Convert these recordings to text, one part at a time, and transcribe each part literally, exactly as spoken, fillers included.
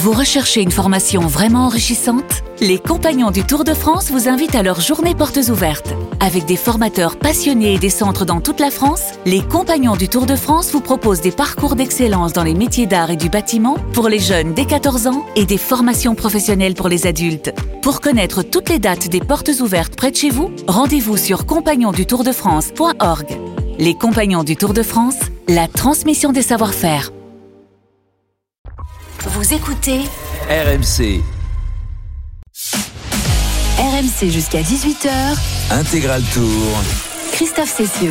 Vous recherchez une formation vraiment enrichissante ? Les Compagnons du Tour de France vous invitent à leur journée portes ouvertes. Avec des formateurs passionnés et des centres dans toute la France, les Compagnons du Tour de France vous proposent des parcours d'excellence dans les métiers d'art et du bâtiment pour les jeunes dès quatorze ans et des formations professionnelles pour les adultes. Pour connaître toutes les dates des portes ouvertes près de chez vous, rendez-vous sur compagnons du tour de france point org. Les Compagnons du Tour de France, la transmission des savoir-faire. Vous écoutez R M C. R M C jusqu'à dix-huit heures. Intégral Tour. Christophe Cessieux.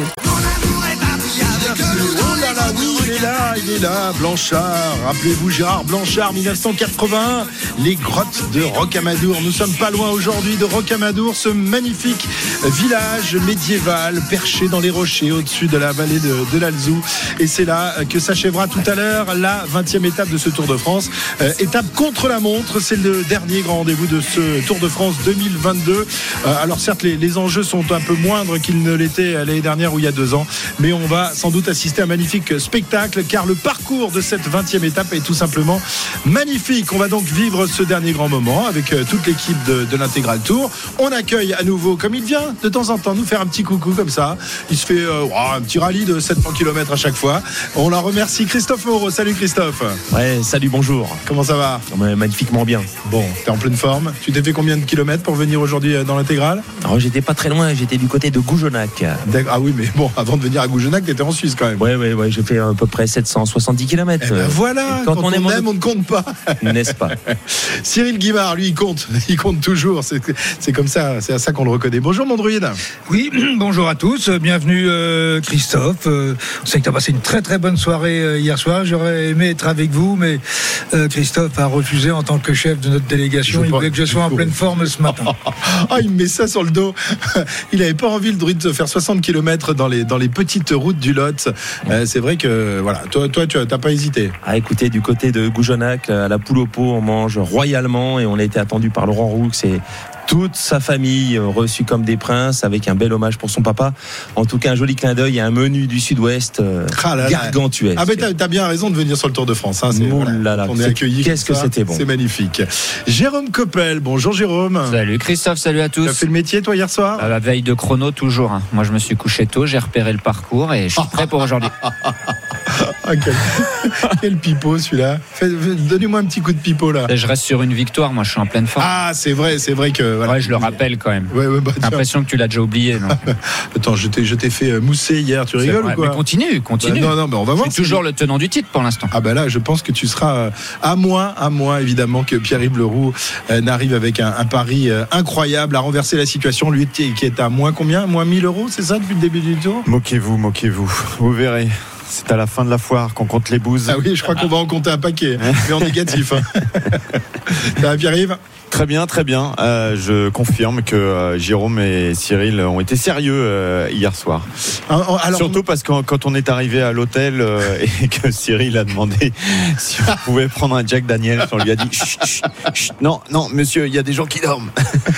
Oh là là, oui, il est là, il est là, Blanchard. Rappelez-vous Gérard Blanchard, dix-neuf cent quatre-vingt-un, les grottes de Rocamadour. Nous sommes pas loin aujourd'hui de Rocamadour, ce magnifique village médiéval perché dans les rochers au-dessus de la vallée de, de l'Alzou. Et c'est là que s'achèvera tout à l'heure la vingtième étape de ce Tour de France. Euh, étape contre la montre, c'est le dernier grand rendez-vous de ce Tour de France deux mille vingt-deux. Euh, alors certes, les, les enjeux sont un peu moindres qu'ils ne l'étaient l'année dernière ou il y a deux ans, mais on va sans doute assister à un magnifique spectacle car le parcours de cette vingtième étape est tout simplement magnifique. On va donc vivre ce dernier grand moment avec toute l'équipe de, de l'Intégral Tour. On accueille à nouveau, comme il vient de temps en temps nous faire un petit coucou comme ça, il se fait euh, oh, un petit rallye de sept cents kilomètres à chaque fois. On la remercie, Christophe Moreau. Salut Christophe. Ouais, salut, bonjour. Comment ça va? Magnifiquement bien. Bon, t'es en pleine forme. Tu t'es fait combien de kilomètres pour venir aujourd'hui dans l'Intégral? Alors j'étais pas très loin, j'étais du côté de Goujonac. Ah oui, mais bon, avant de venir à Goujonac, t'étais en Suisse quand même. Ouais, ouais, ouais, j'ai fait à peu près sept cent soixante-dix kilomètres. Eh ben voilà, quand, quand on, on aime, aime, on ne compte pas. N'est-ce pas? Cyril Guimard, lui, il compte. Il compte toujours. C'est, c'est comme ça, c'est à ça qu'on le reconnaît. Bonjour, mon druide. Oui, bonjour à tous. Bienvenue, euh, Christophe. Euh, on sait que tu as passé une très, très bonne soirée euh, hier soir. J'aurais aimé être avec vous, mais euh, Christophe a refusé en tant que chef de notre délégation. Il voulait que je sois en pleine forme ce matin. Ah, il me met ça sur le dos. Il n'avait pas envie, le druide, de faire soixante kilomètres dans les, dans les petites routes du Lot. Euh, c'est vrai que, voilà, toi, toi tu n'as pas hésité. Ah, écoutez, du côté de Goujonac, à la poule au pot, on mange royalement et on a été attendu par Laurent Roux. C'est toute sa famille reçue comme des princes avec un bel hommage pour son papa. En tout cas, un joli clin d'œil et un menu du Sud-Ouest euh, ah là là. gargantuesque. Ah ben t'as, t'as bien raison de venir sur le Tour de France. Hein. C'est, voilà, là là, on est accueillis. Qu'est-ce que ça. C'était bon. C'est magnifique. Jérôme Coppel, bonjour Jérôme. Salut Christophe, salut à tous. Tu as fait le métier toi hier soir? À la veille de chrono toujours. Hein. Moi je me suis couché tôt, j'ai repéré le parcours et je suis prêt pour aujourd'hui. Ah, quel, quel pipeau celui-là. Fais, donnez-moi un petit coup de pipeau là. Je reste sur une victoire, moi je suis en pleine forme. Ah c'est vrai, c'est vrai que voilà. Ouais, je le rappelle quand même. Ouais, ouais, bah, j'ai l'impression que tu l'as déjà oublié, non? Attends, je t'ai, je t'ai fait mousser hier, tu rigoles ou quoi? Mais continue, continue. Bah, non, non, mais on va voir. C'est toujours le tenant du titre pour l'instant. Ah bah là, je pense que tu seras à moins, à moins évidemment que Pierre-Yves Leroux euh, n'arrive avec un, un pari euh, incroyable à renverser la situation. Lui qui est à moins combien? Moins mille euros, c'est ça depuis le début du tour? Moquez-vous, moquez-vous. Vous verrez. C'est à la fin de la foire qu'on compte les bouses. Ah oui, je crois qu'on va en compter un paquet, mais en négatif. Hein. Ça va, Pierre-Yves? Très bien, très bien. Euh, je confirme que euh, Jérôme et Cyril ont été sérieux euh, hier soir. Alors, surtout parce que quand on est arrivé à l'hôtel euh, et que Cyril a demandé si on pouvait prendre un Jack Daniels, on lui a dit chut, chut, chut, non, non, monsieur, il y a des gens qui dorment.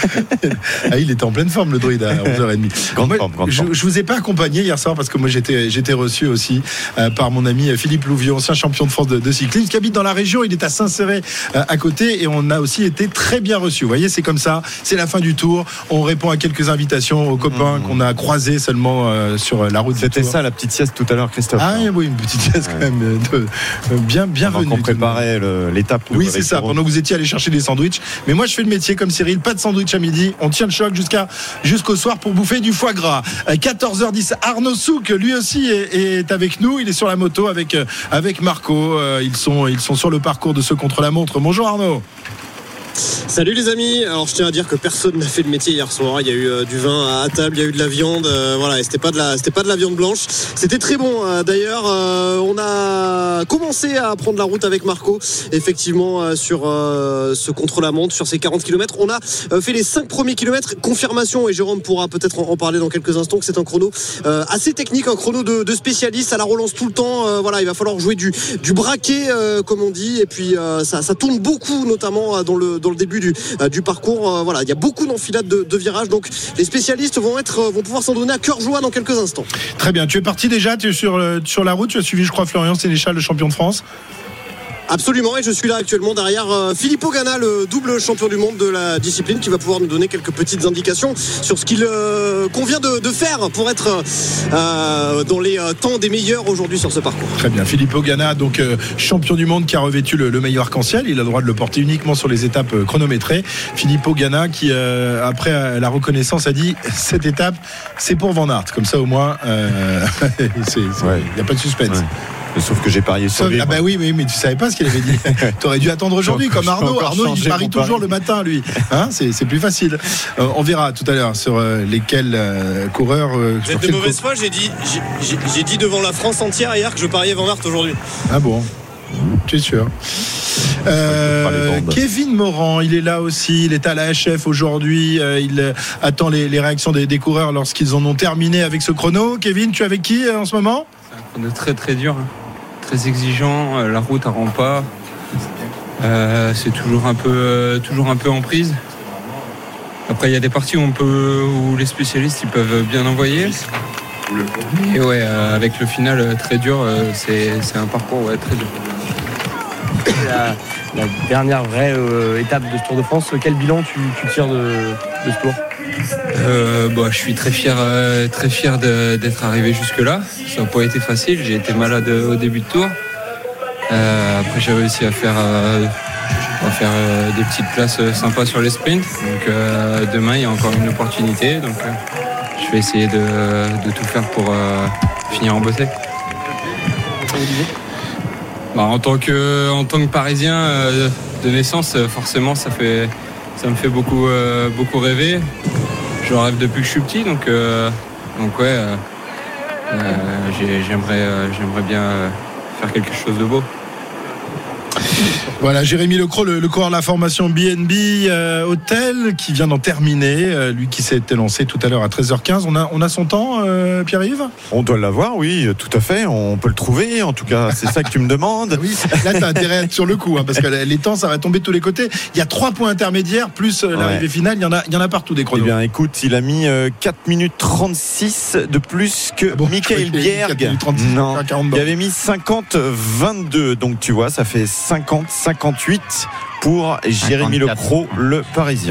Ah, il était en pleine forme, le druide, à onze heures trente. Grande moi, forme, grande je, forme. je vous ai pas accompagné hier soir parce que moi j'étais, j'étais reçu aussi euh, par mon ami Philippe Louvion, ancien champion de France de, de cyclisme, qui habite dans la région. Il est à Saint-Céré euh, à côté, et on a aussi été très bien reçus. Vous voyez, c'est comme ça, c'est la fin du tour. On répond à quelques invitations aux copains mmh. qu'on a croisés seulement euh, sur la route. C'était ça la petite sieste tout à l'heure, Christophe. Ah oui, une petite sieste ouais. quand même. De, de, bien, bienvenue. On préparait le, l'étape. Oui, c'est ça. Pendant que vous étiez allé chercher des sandwichs. Mais moi, je fais le métier comme Cyril. Pas de sandwich à midi. On tient le choc jusqu'à jusqu'au soir pour bouffer du foie gras. quatorze heures dix. Arnaud Souk, lui aussi, est, est avec nous. Il est sur la moto avec avec Marco. Ils sont ils sont sur le parcours de ce contre-la-montre. Bonjour Arnaud. Salut les amis, alors je tiens à dire que personne n'a fait le métier hier soir. Il y a eu euh, du vin à table, il y a eu de la viande, euh, voilà, et c'était pas de la, c'était pas de la viande blanche. C'était très bon. Euh, d'ailleurs, euh, on a commencé à prendre la route avec Marco, effectivement, euh, sur euh, ce contre-la-montre, sur ces quarante kilomètres. On a euh, fait les cinq premiers kilomètres. Confirmation, et Jérôme pourra peut-être en, en parler dans quelques instants, que c'est un chrono euh, assez technique, un chrono de, de spécialiste, à la relance tout le temps. Euh, voilà, il va falloir jouer du, du braquet, euh, comme on dit, et puis euh, ça, ça tourne beaucoup, notamment dans le dans le début du, euh, du parcours. Euh, voilà, il y a beaucoup d'enfilades de, de virages, donc les spécialistes vont être vont pouvoir s'en donner à cœur joie dans quelques instants. Très bien, tu es parti déjà, tu es sur, sur la route, tu as suivi, je crois, Florian Sénéchal, le champion de France. Absolument, et je suis là actuellement derrière euh, Filippo Ganna, le double champion du monde de la discipline, qui va pouvoir nous donner quelques petites indications sur ce qu'il euh, convient de, de faire pour être euh, dans les euh, temps des meilleurs aujourd'hui sur ce parcours. Très bien, Filippo Ganna, donc euh, champion du monde qui a revêtu le, le maillot arc-en-ciel. Il a le droit de le porter uniquement sur les étapes euh, chronométrées. Filippo Ganna qui, euh, après euh, la reconnaissance, a dit cette étape, c'est pour Van Aert. Comme ça, au moins, il euh, n'y ouais. a pas de suspense. Ouais. Sauf que j'ai parié sur lui. Ah bah oui, oui, mais tu savais pas ce qu'il avait dit. Tu aurais dû attendre aujourd'hui, comme Arnaud. Arnaud, il parie toujours le matin, lui. Hein, c'est, c'est plus facile. Euh, on verra tout à l'heure sur euh, lesquels euh, coureurs. Euh, Vous êtes de mauvaise foi, j'ai dit, j'ai, j'ai, j'ai dit devant la France entière hier que je pariais Van Aert aujourd'hui. Ah bon? Tu es sûr? Euh, Kevin Morand, il est là aussi, il est à la H F aujourd'hui, euh, il euh, attend les, les réactions des, des coureurs lorsqu'ils en ont terminé avec ce chrono. Kevin, tu es avec qui euh, en ce moment? C'est un chrono très très dur, hein. Très exigeant, euh, la route elle rend pas, euh, c'est toujours un peu euh, toujours un peu en prise. Après il y a des parties où on peut où les spécialistes ils peuvent bien envoyer. Et ouais, euh, avec le final euh, très dur, euh, c'est, c'est un parcours ouais, très dur. La, la dernière vraie euh, étape de ce Tour de France, quel bilan tu, tu tires de, de ce tour? euh, bah, Je suis très fier, euh, très fier de, d'être arrivé jusque-là. Ça n'a pas été facile, j'ai été malade au début de tour. Euh, après j'ai réussi à faire, euh, à faire euh, des petites places sympas sur les sprints. Donc euh, demain il y a encore une opportunité. Donc, euh, je vais essayer de, de tout faire pour euh, finir en beauté. Bah, en tant que, en tant que Parisien euh, de naissance, forcément, ça, fait, ça me fait beaucoup, euh, beaucoup rêver. Je rêve depuis que je suis petit, donc, euh, donc ouais, euh, euh, j'ai, j'aimerais, euh, j'aimerais bien euh, faire quelque chose de beau. Voilà, Jérémy Lecros, le, le coureur de la formation B N B euh, Hôtel, qui vient d'en terminer, euh, lui qui s'est lancé tout à l'heure à treize heures quinze. On a, on a son temps, euh, Pierre-Yves? On doit l'avoir, oui, tout à fait. On peut le trouver, en tout cas, c'est ça que tu me demandes. Oui, là, tu as intérêt à être sur le coup, hein, parce que les temps, ça va tomber de tous les côtés. Il y a trois points intermédiaires, plus euh, l'arrivée ouais. finale, il y en a, il y en a partout des chronos. Eh bien, écoute, il a mis euh, quatre minutes trente-six de plus que ah bon, Michael Bjerg. Non, il avait mis cinquante vingt-deux, donc tu vois, ça fait cinquante cinquante-huit pour Jérémy Lecros, le Parisien.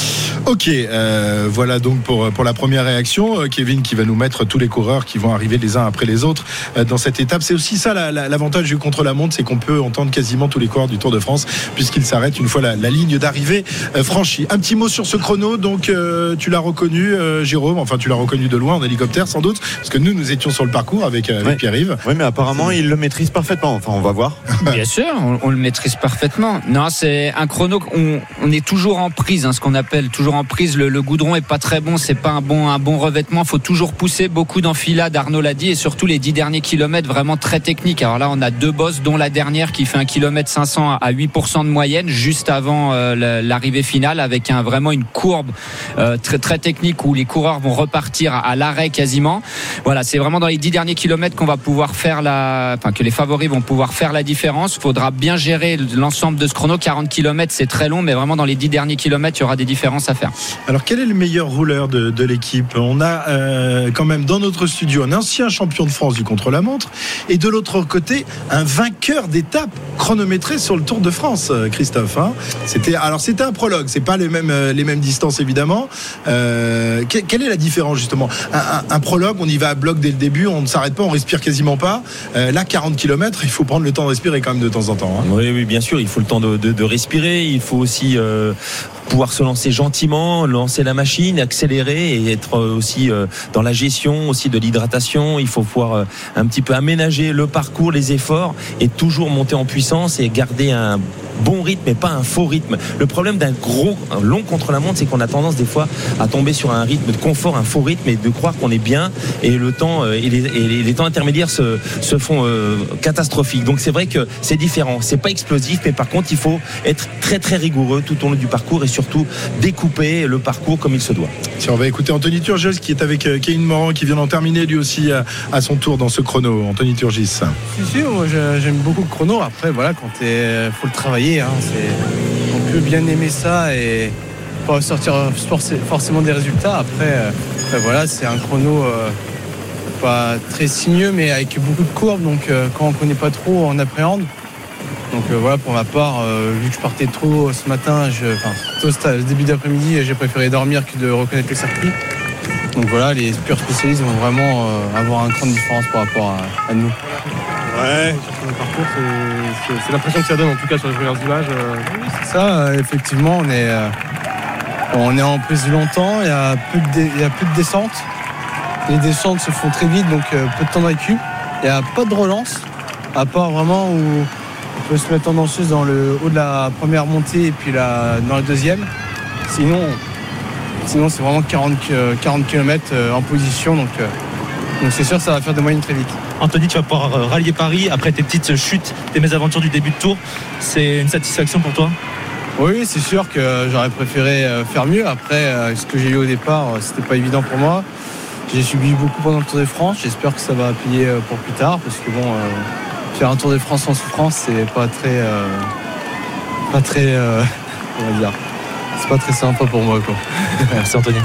Ok, euh, voilà donc pour, pour la première réaction. Euh, Kevin qui va nous mettre tous les coureurs qui vont arriver les uns après les autres euh, dans cette étape. C'est aussi ça la, la, l'avantage du contre-la-montre, c'est qu'on peut entendre quasiment tous les coureurs du Tour de France puisqu'ils s'arrêtent une fois la, la ligne d'arrivée euh, franchie. Un petit mot sur ce chrono, donc euh, tu l'as reconnu euh, Jérôme, enfin tu l'as reconnu de loin en hélicoptère sans doute, parce que nous nous étions sur le parcours avec, euh, avec ouais. Pierre-Yves. Oui mais apparemment c'est... il le maîtrise parfaitement, enfin on va voir. Bien sûr, on, on le maîtrise parfaitement. Non, c'est un chrono, on, on est toujours en prise, hein, ce qu'on appelle toujours en prise. Le, le goudron est pas très bon, c'est pas un bon, un bon revêtement. Faut toujours pousser, beaucoup d'enfilades, Arnaud l'a dit, et surtout les dix derniers kilomètres vraiment très techniques. Alors là, on a deux bosses, dont la dernière qui fait un kilomètre cinq cents à huit pour cent de moyenne, juste avant euh, l'arrivée finale, avec un, vraiment une courbe euh, très, très technique où les coureurs vont repartir à, à l'arrêt quasiment. Voilà, c'est vraiment dans les dix derniers kilomètres qu'on va pouvoir faire la, enfin, que les favoris vont pouvoir faire la différence. Faudra bien gérer l'ensemble de ce chrono. quarante kilomètres, c'est très long, mais vraiment dans les dix derniers kilomètres, il y aura des différences à faire. Alors quel est le meilleur rouleur de, de l'équipe? On a euh, quand même dans notre studio un ancien champion de France du contre-la-montre et de l'autre côté un vainqueur d'étape chronométré sur le Tour de France, Christophe. Hein, c'était, alors c'était un prologue, c'est pas les mêmes, les mêmes distances évidemment. Euh, que, quelle est la différence justement? un, un, un prologue, on y va à bloc dès le début, on ne s'arrête pas, on respire quasiment pas. Euh, là quarante kilomètres, il faut prendre le temps de respirer quand même de temps en temps. Hein. Oui, oui, bien sûr, il faut le temps de, de, de respirer, il faut aussi euh, pouvoir se lancer gentiment, lancer la machine, accélérer et être aussi dans la gestion aussi de l'hydratation. Il faut pouvoir un petit peu aménager le parcours, les efforts et toujours monter en puissance et garder un bon rythme et pas un faux rythme. Le problème d'un gros, un long contre-la-montre, c'est qu'on a tendance des fois à tomber sur un rythme de confort, un faux rythme et de croire qu'on est bien et le temps et les, et les, les temps intermédiaires se, se font euh, catastrophiques. Donc c'est vrai que c'est différent, c'est pas explosif, mais par contre il faut être très très rigoureux tout au long du parcours et surtout découper le parcours comme il se doit. Si on va écouter Anthony Turgis qui est avec euh, Kevin Morand qui vient d'en terminer lui aussi à, à son tour dans ce chrono. Anthony Turgis. Si, si, moi j'aime beaucoup le chrono. Après voilà, quand il faut le travailler, hein, c'est, on peut bien aimer ça et pas sortir forcément des résultats. Après, après voilà, c'est un chrono euh, pas très sinueux mais avec beaucoup de courbes, donc euh, quand on connaît pas trop, on appréhende. Donc euh, voilà, pour ma part, euh, vu que je partais trop ce matin, je, enfin, tôt ce début d'après-midi, j'ai préféré dormir que de reconnaître le circuit. Donc voilà, les purs spécialistes vont vraiment euh, avoir un cran de différence par rapport à, à nous. Ouais, sur le parcours, c'est, c'est, c'est l'impression que ça donne en tout cas sur les premières images. Euh... Oui, c'est ça, euh, effectivement, on est, euh, on est en piste longtemps, il y a plus de, dé, il y a plus de descente. Les descentes se font très vite, donc euh, peu de temps de récup. Il n'y a pas de relance, à part vraiment où on peut se mettre en danseuse dans le haut de la première montée et puis la, dans la deuxième. Sinon, sinon c'est vraiment quarante, quarante kilomètres en position, donc, euh, donc c'est sûr que ça va faire des moyennes très vite. Anthony, tu vas pouvoir rallier Paris après tes petites chutes, tes mésaventures du début de tour. C'est une satisfaction pour toi ? Oui, c'est sûr que j'aurais préféré faire mieux. Après, ce que j'ai eu au départ, c'était pas évident pour moi. J'ai subi beaucoup pendant le Tour de France. J'espère que ça va payer pour plus tard, parce que bon, euh, faire un Tour de France sans souffrance, c'est pas très, euh, pas très, euh, on va dire, c'est pas très sympa pour moi, quoi. Merci Anthony.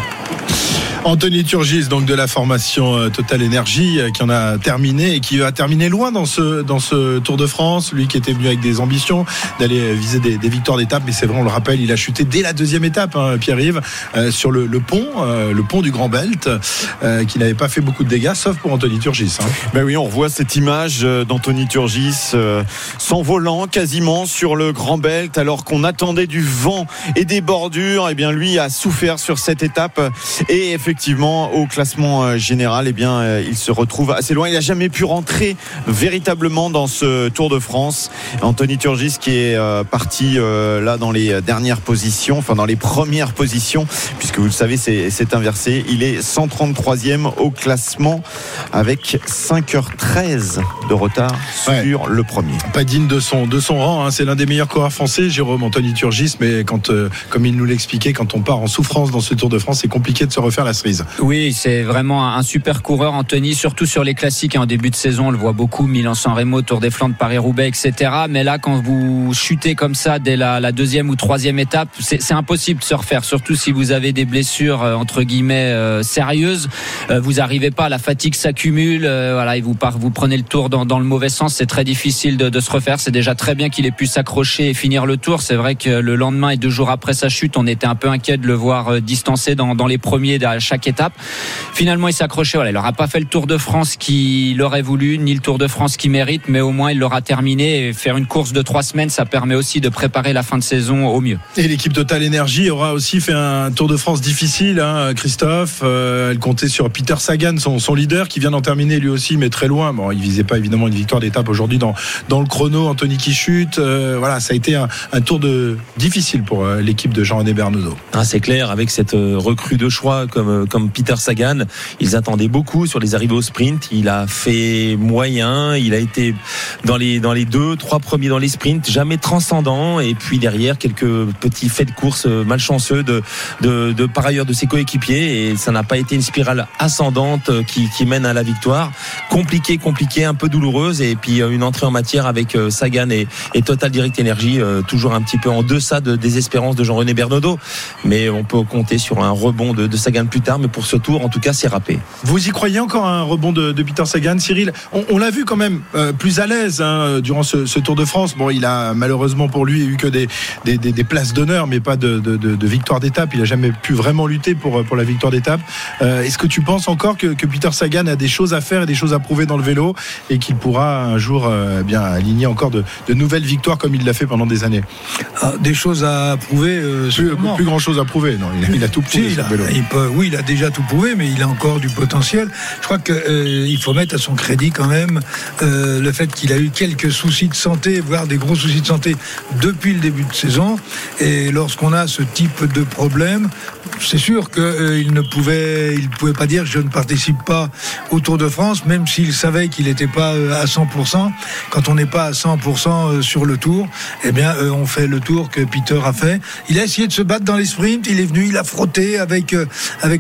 Anthony Turgis, donc de la formation Total Energy, qui en a terminé et qui va terminer loin dans ce, dans ce Tour de France. Lui qui était venu avec des ambitions d'aller viser des, des victoires d'étape, mais c'est vrai, on le rappelle, il a chuté dès la deuxième étape, hein, Pierre-Yves, euh, sur le, le pont, euh, le pont du Grand Belt, euh, qui n'avait pas fait beaucoup de dégâts, sauf pour Anthony Turgis. Hein. Ben oui, on revoit cette image d'Anthony Turgis euh, s'envolant quasiment sur le Grand Belt, alors qu'on attendait du vent et des bordures. Et bien lui a souffert sur cette étape et effectivement Effectivement, au classement général, eh bien, il se retrouve assez loin. Il n'a jamais pu rentrer véritablement dans ce Tour de France. Anthony Turgis qui est euh, parti euh, là dans les dernières positions, enfin dans les premières positions, puisque vous le savez, c'est, c'est inversé. Il est cent trente-troisième au classement avec cinq heures treize de retard ouais. sur le premier. Pas digne de son, de son rang, hein. C'est l'un des meilleurs coureurs français, Jérôme, Anthony Turgis, mais quand, euh, comme il nous l'expliquait, quand on part en souffrance dans ce Tour de France, c'est compliqué de se refaire la cerise. Oui, c'est vraiment un super coureur, Anthony, surtout sur les classiques. En début de saison, on le voit beaucoup, Milan-San Remo, Tour des Flandres, Paris-Roubaix, et cetera. Mais là, quand vous chutez comme ça dès la, la deuxième ou troisième étape, c'est, c'est impossible de se refaire, surtout si vous avez des blessures euh, entre guillemets euh, sérieuses. Euh, vous n'arrivez pas, la fatigue s'accumule, euh, voilà, et vous, par, vous prenez le tour dans, dans le mauvais sens. C'est très difficile de, de se refaire. C'est déjà très bien qu'il ait pu s'accrocher et finir le tour. C'est vrai que le lendemain et deux jours après sa chute, on était un peu inquiet de le voir euh, distancé dans, dans les premiers à chaque étape. Finalement, il s'est accroché. Voilà, il n'aura pas fait le Tour de France qu'il aurait voulu, ni le Tour de France qu'il mérite, mais au moins il l'aura terminé. Et faire une course de trois semaines, ça permet aussi de préparer la fin de saison au mieux. Et l'équipe Total Energy aura aussi fait un Tour de France difficile, hein, Christophe. Euh, elle comptait sur Peter Sagan, son, son leader, qui vient d'en terminer lui aussi, mais très loin. Bon, il visait pas évidemment une victoire d'étape aujourd'hui dans, dans le chrono. Anthony qui chute. Euh, voilà, ça a été un, un tour de difficile pour euh, l'équipe de Jean-René Bernodeau. Ah, c'est clair, avec cette euh, recrue de choix comme, comme Peter Sagan, ils attendaient beaucoup sur les arrivées au sprint. Il a fait moyen, il a été dans les, dans les deux, trois premiers dans les sprints, jamais transcendant. Et puis derrière, quelques petits faits de course malchanceux de, de, de par ailleurs de ses coéquipiers. Et ça n'a pas été une spirale ascendante qui, qui mène à la victoire. Compliqué, compliqué, un peu douloureuse. Et puis une entrée en matière avec Sagan et, et Total Direct Energy, toujours un petit peu en deçà de, des espérances de Jean-René Bernodeau. Mais on peut compter sur un rebond de, de Sagan plus tard. Mais pour ce tour, en tout cas, c'est râpé. Vous y croyez encore un rebond de, de Peter Sagan, Cyril? On, on l'a vu quand même euh, plus à l'aise hein, durant ce, ce Tour de France. Bon, il a malheureusement pour lui eu que des, des, des, des places d'honneur, mais pas de, de, de, de victoire d'étape. Il a jamais pu vraiment lutter pour, pour la victoire d'étape. Euh, est-ce que tu penses encore que, que Peter Sagan a des choses à faire et des choses à prouver dans le vélo et qu'il pourra un jour euh, bien aligner encore de, de nouvelles victoires comme il l'a fait pendant des années? Ah, des choses à prouver euh, plus, plus grand chose à prouver. Non, il a, il a tout prouvé. Si, sur il a, le vélo. il peut, oui, il a déjà tout prouvé, mais il a encore du potentiel. Je crois qu'il euh, faut mettre à son crédit quand même euh, le fait qu'il a eu quelques soucis de santé, voire des gros soucis de santé depuis le début de saison. Et lorsqu'on a ce type de problème, c'est sûr qu'il euh, ne pouvait, il pouvait pas dire je ne participe pas au Tour de France, même s'il savait qu'il n'était pas euh, à cent pour cent. Quand on n'est pas à cent pour cent sur le Tour, eh bien, euh, on fait le tour que Peter a fait. Il a essayé de se battre dans les sprints. Il est venu, il a frotté avec euh, avec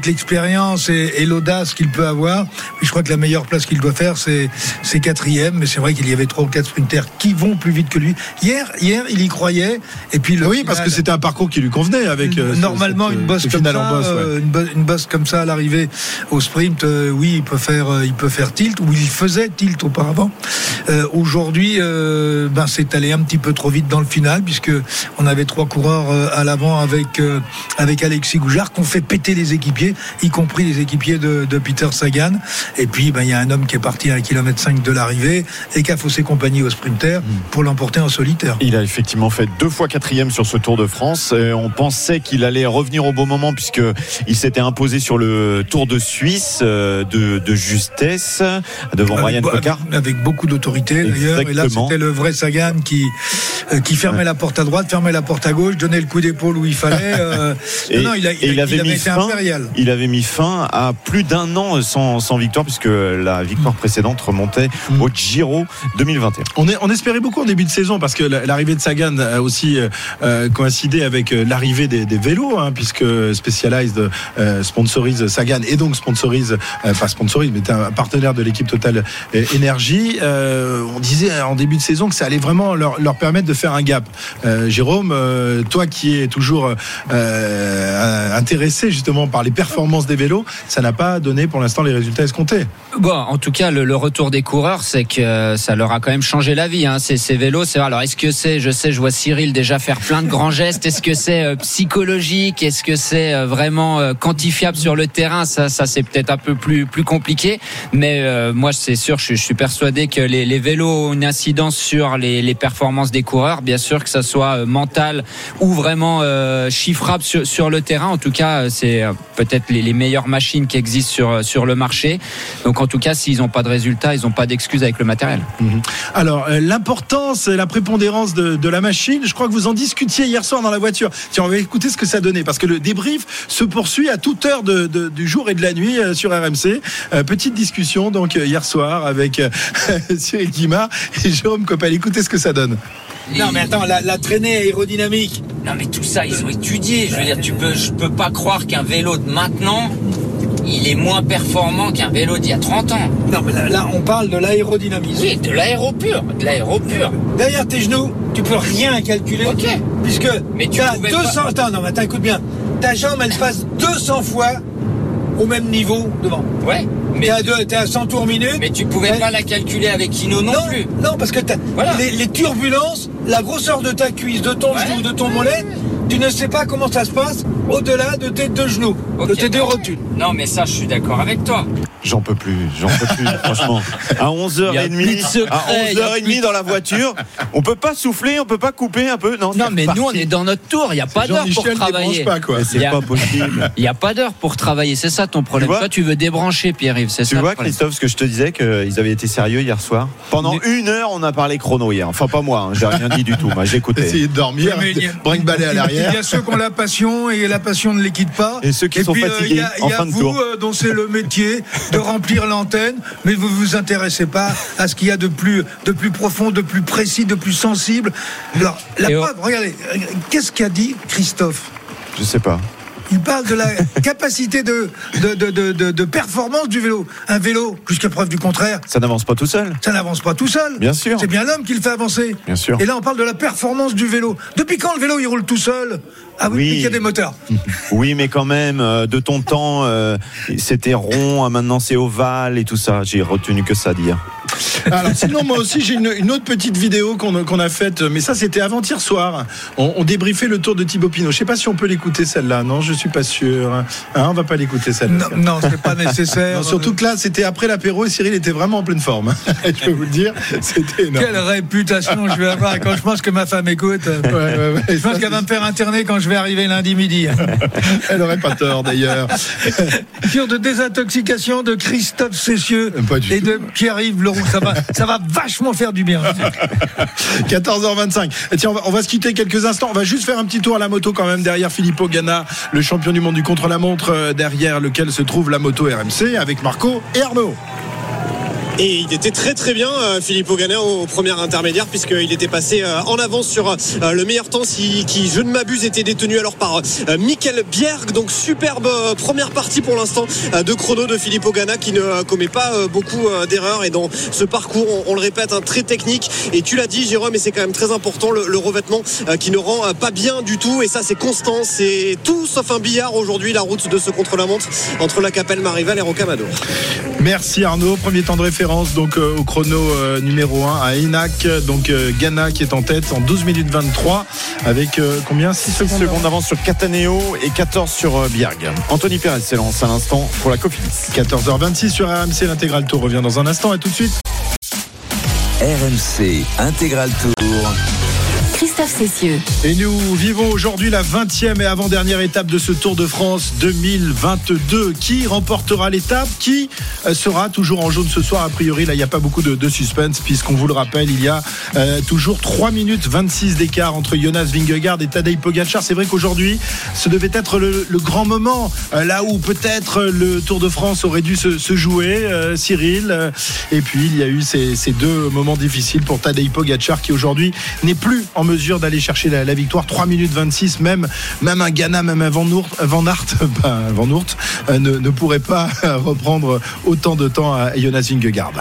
l'expérience et, et l'audace qu'il peut avoir. Mais je crois que la meilleure place qu'il doit faire, c'est, c'est quatrième. Mais c'est vrai qu'il y avait trois ou quatre sprinters qui vont plus vite que lui. Hier, hier, il y croyait. Et puis le oui, final, parce que c'était un parcours qui lui convenait avec euh, normalement cette, une bosse comme ça, boss, ouais. euh, une, bo- une bosse comme ça à l'arrivée au sprint. Euh, oui, il peut faire, euh, il peut faire tilt, ou il faisait tilt auparavant. Euh, aujourd'hui, euh, ben c'est allé un petit peu trop vite dans le final, puisque on avait trois coureurs euh, à l'avant avec euh, avec Alexis Goujard, qui ont fait péter les équipiers, y compris les équipiers de, de Peter Sagan. Et puis, ben il y a un homme qui est parti à un kilomètre cinq de l'arrivée et qui a faussé compagnie au sprinter pour l'emporter en solitaire. Il a effectivement fait deux fois quatrième sur ce Tour de France. Et on pensait qu'il allait revenir au bon moment, puisque il s'était imposé sur le Tour de Suisse de, de justesse devant avec, Ryan Coquard. Avec, avec beaucoup d'autorité d'ailleurs. Et là, c'était le vrai Sagan qui euh, qui fermait ouais. la porte à droite, fermait la porte à gauche, donnait le coup d'épaule où il fallait. Euh, et, non, non, il, a, il, il avait, il avait mis été fin, impérial. Il avait mis fin à plus d'un an sans, sans victoire, puisque la victoire précédente remontait mmh. au Giro deux mille vingt et un. On, est, on espérait beaucoup en début de saison, parce que l'arrivée de Sagan a aussi euh, coïncidé avec l'arrivée des, des vélos, hein, puisque Specialized euh, sponsorise Sagan et donc sponsorise, euh, pas sponsorise, mais est un partenaire de l'équipe Total euh, Énergie. Euh, on disait en début de saison que ça allait vraiment leur, leur permettre de faire un gap. Euh, Jérôme, euh, toi qui es toujours euh, intéressé justement par les performances des vélos, ça n'a pas donné pour l'instant les résultats escomptés. Bon, en tout cas, le, le retour des coureurs, c'est que ça leur a quand même changé la vie. Hein. Ces, ces vélos, c'est alors est-ce que c'est, je sais, je vois Cyril déjà faire plein de grands gestes. Est-ce que c'est euh, psychologique? Est-ce que c'est euh, vraiment euh, quantifiable sur le terrain? Ça, ça c'est peut-être un peu plus plus compliqué. Mais euh, moi, c'est sûr, je, je suis persuadé que les, les vélos ont une incidence sur les, les performances des coureurs. Bien sûr que ça soit euh, mental ou vraiment euh, chiffrable sur, sur le terrain. En tout cas, c'est euh, peut-être les, les meilleures machines qui existent sur sur le marché. Donc en tout cas, s'ils n'ont pas de résultats, ils n'ont pas d'excuses avec le matériel. Mmh. Alors euh, l'importance et la prépondérance de, de la machine, je crois que vous en discutiez hier soir dans la voiture. Tiens, on va écouter ce que ça donnait, parce que le débrief se poursuit à toute heure de, de, du jour et de la nuit euh, sur R M C. Euh, petite discussion donc euh, hier soir avec euh, Cyril Guimard et Jérôme Coppel. Écoutez ce que ça donne. Non mais attends, la, la traînée aérodynamique. Non mais tout ça, ils ont étudié. Je veux dire, tu peux, je peux pas croire qu'un vélo de maintenant, il est moins performant qu'un vélo d'il y a trente ans. Non mais là, là on parle de l'aérodynamisme. Oui, de l'aéro pur, de l'aéro pur. Derrière tes genoux, tu peux rien calculer. Ok. Puisque mais tu as deux cents. Pas... Attends, non mais attends, écoute bien. Ta jambe, elle passe deux cents fois au même niveau devant. Ouais. Mais t'es à, deux, t'es à cent tours minute. Mais tu pouvais mais... pas la calculer avec Hino non, non plus. Non, parce que voilà. les, les turbulences, la grosseur de ta cuisse, de ton ouais. genou, de ton mollet, tu ne sais pas comment ça se passe au-delà de tes deux genoux, okay. de tes deux rotules. Non, mais ça, je suis d'accord avec toi. J'en peux plus, j'en peux plus, franchement. À onze heures trente, à onze heures trente dans la voiture, on peut pas souffler, on peut pas couper un peu. Non, non mais nous, on est dans notre tour, il n'y a pas d'heure pour travailler. Pas, quoi. C'est a... pas possible. Il n'y a pas d'heure pour travailler, c'est ça ton problème. Tu vois, toi, tu veux débrancher, Pierre-Yves, c'est tu ça. Tu vois, Christophe, ce que je te disais, qu'ils avaient été sérieux hier soir. Pendant mais... une heure, on a parlé chrono hier. Enfin, pas moi, hein, j'ai rien dit du tout. Moi, j'écoutais. Essayez de dormir, brinque-balai à l'arrière. Il y a ceux qui ont la passion et la passion ne les quitte pas. Et ceux qui et sont puis, fatigués. Il euh, y a, y a vous, euh, dont c'est le métier de remplir l'antenne, mais vous vous intéressez pas à ce qu'il y a de plus, de plus profond, de plus précis, de plus sensible. Alors, la preuve, oh. regardez, qu'est-ce qu'a dit Christophe? Je sais pas. Il parle de la capacité de, de, de, de, de, de performance du vélo. Un vélo, jusqu'à preuve du contraire. Ça n'avance pas tout seul. Ça n'avance pas tout seul. Bien sûr. C'est bien l'homme qui le fait avancer. Bien sûr. Et là, on parle de la performance du vélo. Depuis quand le vélo, il roule tout seul? Ah oui, oui. Il y a des moteurs. Oui, mais quand même, euh, de ton temps, euh, c'était rond, maintenant c'est ovale et tout ça. J'ai retenu que ça à dire. Alors sinon moi aussi j'ai une, une autre petite vidéo qu'on, qu'on a faite, mais ça c'était avant-hier soir. On, on débriefait le Tour de Thibaut Pinot. Je sais pas si on peut l'écouter celle-là. Non, je suis pas sûr. Hein, on va pas l'écouter celle-là. Non, non c'est pas nécessaire. Non, surtout que là c'était après l'apéro et Cyril était vraiment en pleine forme. Je peux vous le dire, c'était énorme. Quelle réputation je vais avoir quand je pense que ma femme écoute. Ouais, ouais, ouais. Je pense ça, qu'elle va me faire interner quand je vais arriver lundi midi. Elle aurait pas tort d'ailleurs. Cure de désintoxication de Christophe Cessieux et de Pierre-Yves Leroux. Ça va, ça va vachement faire du bien. quatorze heures vingt-cinq. Et tiens, on va, on va se quitter quelques instants. On va juste faire un petit tour à la moto quand même derrière Filippo Ganna, le champion du monde du contre-la-montre, derrière lequel se trouve la moto R M C avec Marco et Arnaud. Et il était très très bien, Filippo Ganna, au premier intermédiaire, puisqu'il était passé en avance sur le meilleur temps qui, je ne m'abuse, était détenu alors par Mikkel Bjerg. Donc superbe première partie pour l'instant de chrono de Filippo Ganna, qui ne commet pas beaucoup d'erreurs, et dans ce parcours, on, on le répète, hein, très technique. Et tu l'as dit, Jérôme, et c'est quand même très important, le, le revêtement qui ne rend pas bien du tout, et ça c'est constant, c'est tout sauf un billard aujourd'hui, la route de ce contre-la-montre entre la Capelle Marival et Rocamadour. Merci Arnaud. Premier temps de référence donc euh, au chrono euh, numéro un à Enac, donc euh, Ganna qui est en tête en douze minutes vingt-trois avec euh, combien six secondes, secondes d'avance sur Cataneo et quatorze sur euh, Bjerg. Anthony Perez s'élance à l'instant pour la Cofidis. quatorze heures vingt-six sur R M C. L'intégral Tour revient dans un instant, et tout de suite R M C Intégral Tour. Christophe Cessieux. Et nous vivons aujourd'hui la vingtième et avant-dernière étape de ce Tour de France deux mille vingt-deux. Qui remportera l'étape? Qui sera toujours en jaune ce soir? A priori, là, il n'y a pas beaucoup de, de suspense, puisqu'on vous le rappelle, il y a euh, toujours trois minutes vingt-six d'écart entre Jonas Vingegaard et Tadej Pogačar. C'est vrai qu'aujourd'hui, ce devait être le, le grand moment, euh, là où peut-être le Tour de France aurait dû se, se jouer, euh, Cyril. Euh, et puis, il y a eu ces, ces deux moments difficiles pour Tadej Pogačar, qui aujourd'hui n'est plus en mesure d'aller chercher la, la victoire. Trois minutes vingt-six, même, même un Ganna, même un Van Aert, Van Aert, ben, Van Aert euh, ne, ne pourrait pas reprendre autant de temps à Jonas Vingegaard.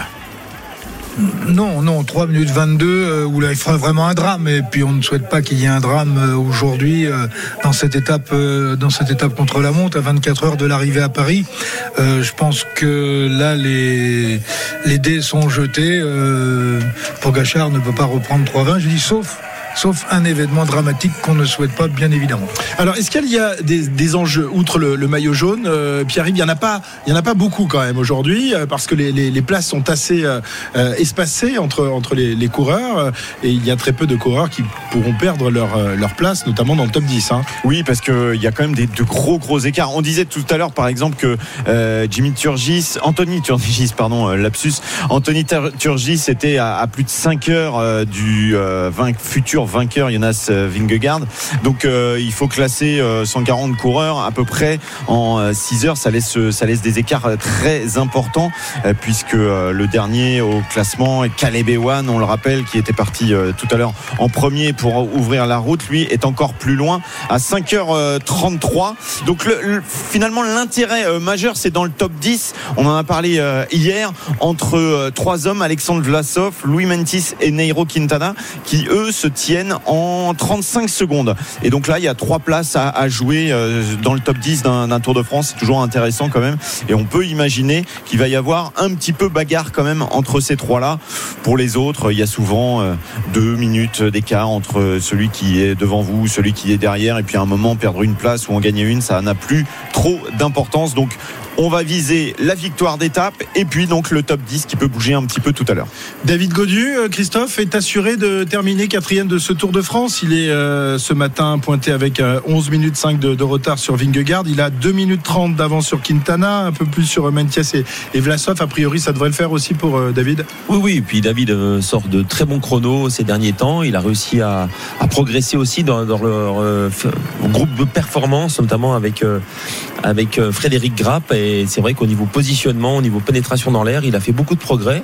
Non, non, trois minutes vingt-deux, euh, où là il ferait vraiment un drame, et puis on ne souhaite pas qu'il y ait un drame euh, aujourd'hui euh, dans cette étape, euh, dans cette étape contre la montre, à vingt-quatre heures de l'arrivée à Paris. Euh, je pense que là les les dés sont jetés. Euh, Pogačar ne peut pas reprendre trois vingt, je dis, sauf. Sauf un événement dramatique qu'on ne souhaite pas, bien évidemment. Alors, est-ce qu'il y a des, des enjeux outre le, le maillot jaune, euh, Pierre-Yves? Il y en a pas, il y en a pas beaucoup quand même aujourd'hui, euh, parce que les, les, les places sont assez euh, espacées entre entre les, les coureurs, euh, et il y a très peu de coureurs qui pourront perdre leur euh, leur place, notamment dans le top dix. Hein. Oui, parce que il y a quand même des de gros gros écarts. On disait tout à l'heure, par exemple, que euh, Jimmy Turgis, Anthony Turgis, pardon, euh, lapsus, Anthony Turgis était à, à plus de cinq heures euh, du euh, vainc, futur vainqueur Jonas Vingegaard. Donc euh, il faut classer euh, cent quarante coureurs à peu près en euh, six heures. Ça laisse, ça laisse des écarts très importants, euh, puisque euh, le dernier au classement, Caleb Ewan, on le rappelle, qui était parti euh, tout à l'heure en premier pour ouvrir la route, lui est encore plus loin à cinq heures trente-trois. Donc le, le, finalement l'intérêt euh, majeur, c'est dans le top dix. On en a parlé euh, hier, entre euh, trois hommes, Alexandre Vlasov, Louis Mentis et Nairo Quintana, qui eux se tiennent en trente-cinq secondes. Et donc là, il y a trois places à, à jouer euh, dans le top dix d'un, d'un Tour de France. C'est toujours intéressant quand même. Et on peut imaginer qu'il va y avoir un petit peu bagarre quand même entre ces trois-là. Pour les autres, il y a souvent euh, deux minutes d'écart entre celui qui est devant vous, celui qui est derrière. Et puis à un moment, perdre une place ou en gagner une, ça n'a plus trop d'importance. Donc on va viser la victoire d'étape et puis donc le top dix qui peut bouger un petit peu tout à l'heure. David Gaudu, Christophe, est assuré de terminer quatrième de ce Tour de France. Il est euh, ce matin pointé avec euh, onze minutes cinq de, de retard sur Vingegaard. Il a deux minutes trente d'avance sur Quintana, un peu plus sur Mentiès et, et Vlasov. A priori, ça devrait le faire aussi pour euh, David. Oui, oui. Et puis David euh, sort de très bons chronos ces derniers temps. Il a réussi à, à progresser aussi dans, dans leur euh, groupe de performance, notamment avec, euh, avec euh, Frédéric Grappe. Et c'est vrai qu'au niveau positionnement, au niveau pénétration dans l'air, il a fait beaucoup de progrès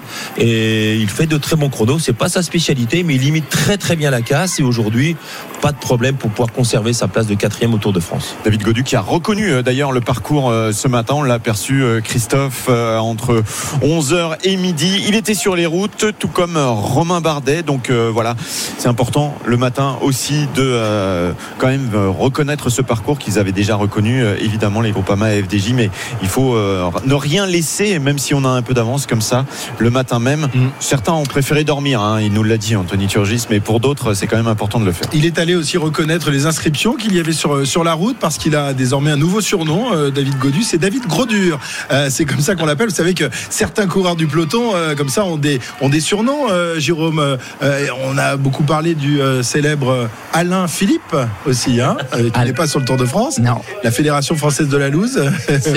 et il fait de très bons chronos. C'est pas sa spécialité, mais il limite très très bien la casse, et aujourd'hui, pas de problème pour pouvoir conserver sa place de quatrième au Tour de France. David Gaudu qui a reconnu euh, d'ailleurs le parcours euh, ce matin. On l'a aperçu, euh, Christophe, euh, entre onze heures et midi. Il était sur les routes, tout comme euh, Romain Bardet. Donc euh, voilà, c'est important le matin aussi de euh, quand même euh, reconnaître ce parcours qu'ils avaient déjà reconnu, euh, évidemment les Groupama et F D J, mais il faut euh, ne rien laisser, même si on a un peu d'avance comme ça le matin même. Mmh. Certains ont préféré dormir, hein, il nous l'a dit Anthony Turgis, mais pour d'autres c'est quand même important de le faire. Il est allé aussi reconnaître les inscriptions qu'il y avait sur, sur la route, parce qu'il a désormais un nouveau surnom, euh, David Gaudu, c'est David Gros-Dur. Euh, c'est comme ça qu'on l'appelle. Vous savez que certains coureurs du peloton euh, comme ça ont des, ont des surnoms, euh, Jérôme. Euh, on a beaucoup parlé du euh, célèbre Alain Philippe aussi, hein, euh, qui Al... n'est pas sur le Tour de France. Non. La Fédération Française de la Loose. C'est ça, on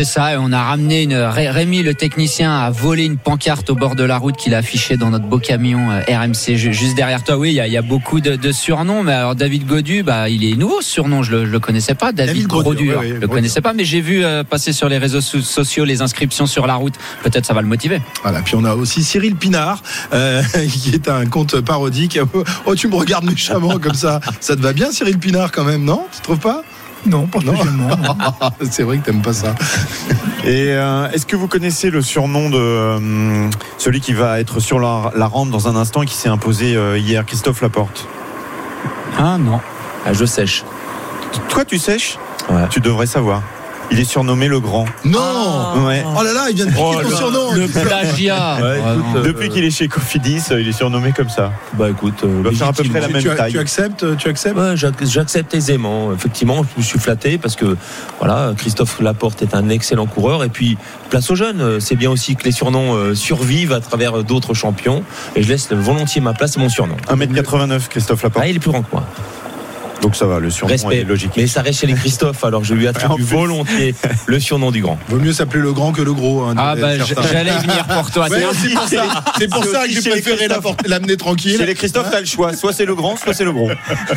on a ramené une Rémi le technicien a volé une pancarte au bord de la route qu'il a affichée dans notre beau camion R M C juste derrière toi. Oui, il y a, il y a beaucoup de, de surnoms, mais alors David Godu, bah il est nouveau ce surnom, je le, je le connaissais pas. David, David Grodure, oui, oui, je le connaissais pas, mais j'ai vu euh, passer sur les réseaux sociaux les inscriptions sur la route. Peut-être ça va le motiver. Voilà. Puis on a aussi Cyril Pinard, euh, qui est un compte parodique. Oh, tu me regardes méchamment comme ça. Ça te va bien, Cyril Pinard, quand même, non? Tu trouves pas? Non, pas spécialement. C'est vrai que t'aimes pas ça. Et euh, est-ce que vous connaissez le surnom de euh, celui qui va être sur la, la rampe dans un instant et qui s'est imposé euh, hier, Christophe Laporte? Ah non. Ah, je sèche. Toi, tu sèches? Ouais. Tu devrais savoir. Il est surnommé le Grand. Non. Ah. Ouais. Oh là là, il vient de piquer oh ton le, surnom. Le plagiat. Ouais, écoute, euh, Depuis qu'il est chez Cofidis, il est surnommé comme ça. Bah écoute, euh, il doit faire à peu près la même tu, taille. Tu acceptes, tu acceptes ouais, j'accepte aisément. Effectivement, je me suis flatté parce que voilà, Christophe Laporte est un excellent coureur. Et puis, place aux jeunes. C'est bien aussi que les surnoms survivent à travers d'autres champions. Et je laisse volontiers ma place et mon surnom. un mètre quatre-vingt-neuf, Christophe Laporte. Ah, il est plus grand que moi. Donc ça va, le surnom Respect. est logique. Mais ça reste chez les Christophe, alors je lui attribue volontiers le surnom du Grand. Vaut mieux s'appeler le Grand que le Gros. Hein, ah bah j'allais venir pour toi. Ouais, c'est pour ça, c'est pour ça que j'ai préféré l'amener tranquille. Chez les Christophe, hein, t'as le choix. Soit c'est le Grand, soit c'est le Gros.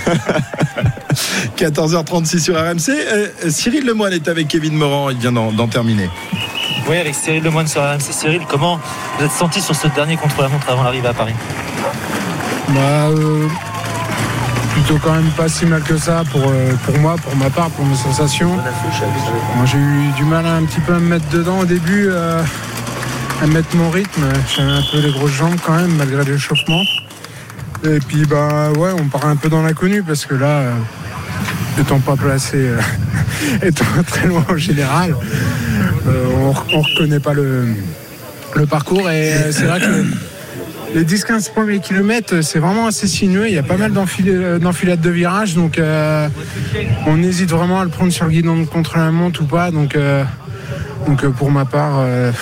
quatorze heures trente-six sur R M C. Euh, Cyril Lemoine est avec Kevin Morand. Il vient d'en, d'en terminer. Oui, avec Cyril Lemoine sur R M C. Cyril, comment vous êtes senti sur ce dernier contre-la-montre avant l'arrivée à Paris? Bah... Euh... plutôt quand même pas si mal que ça pour, euh, pour moi, pour ma part, pour mes sensations. Moi, j'ai eu du mal à un petit peu à me mettre dedans au début, euh, à mettre mon rythme. J'avais un peu les grosses jambes quand même, malgré l'échauffement. Et puis bah ouais, on part un peu dans l'inconnu parce que là, euh, étant pas placé, euh, étant très loin en général, euh, on, on reconnaît pas le, le parcours. Et euh, c'est vrai que les dix quinze premiers kilomètres, c'est vraiment assez sinueux. Il y a pas mal d'enfilades, d'enfilades de virages. Donc, euh, on hésite vraiment à le prendre sur le guidon de contre-la-montre ou pas. Donc, euh, donc pour ma part, euh,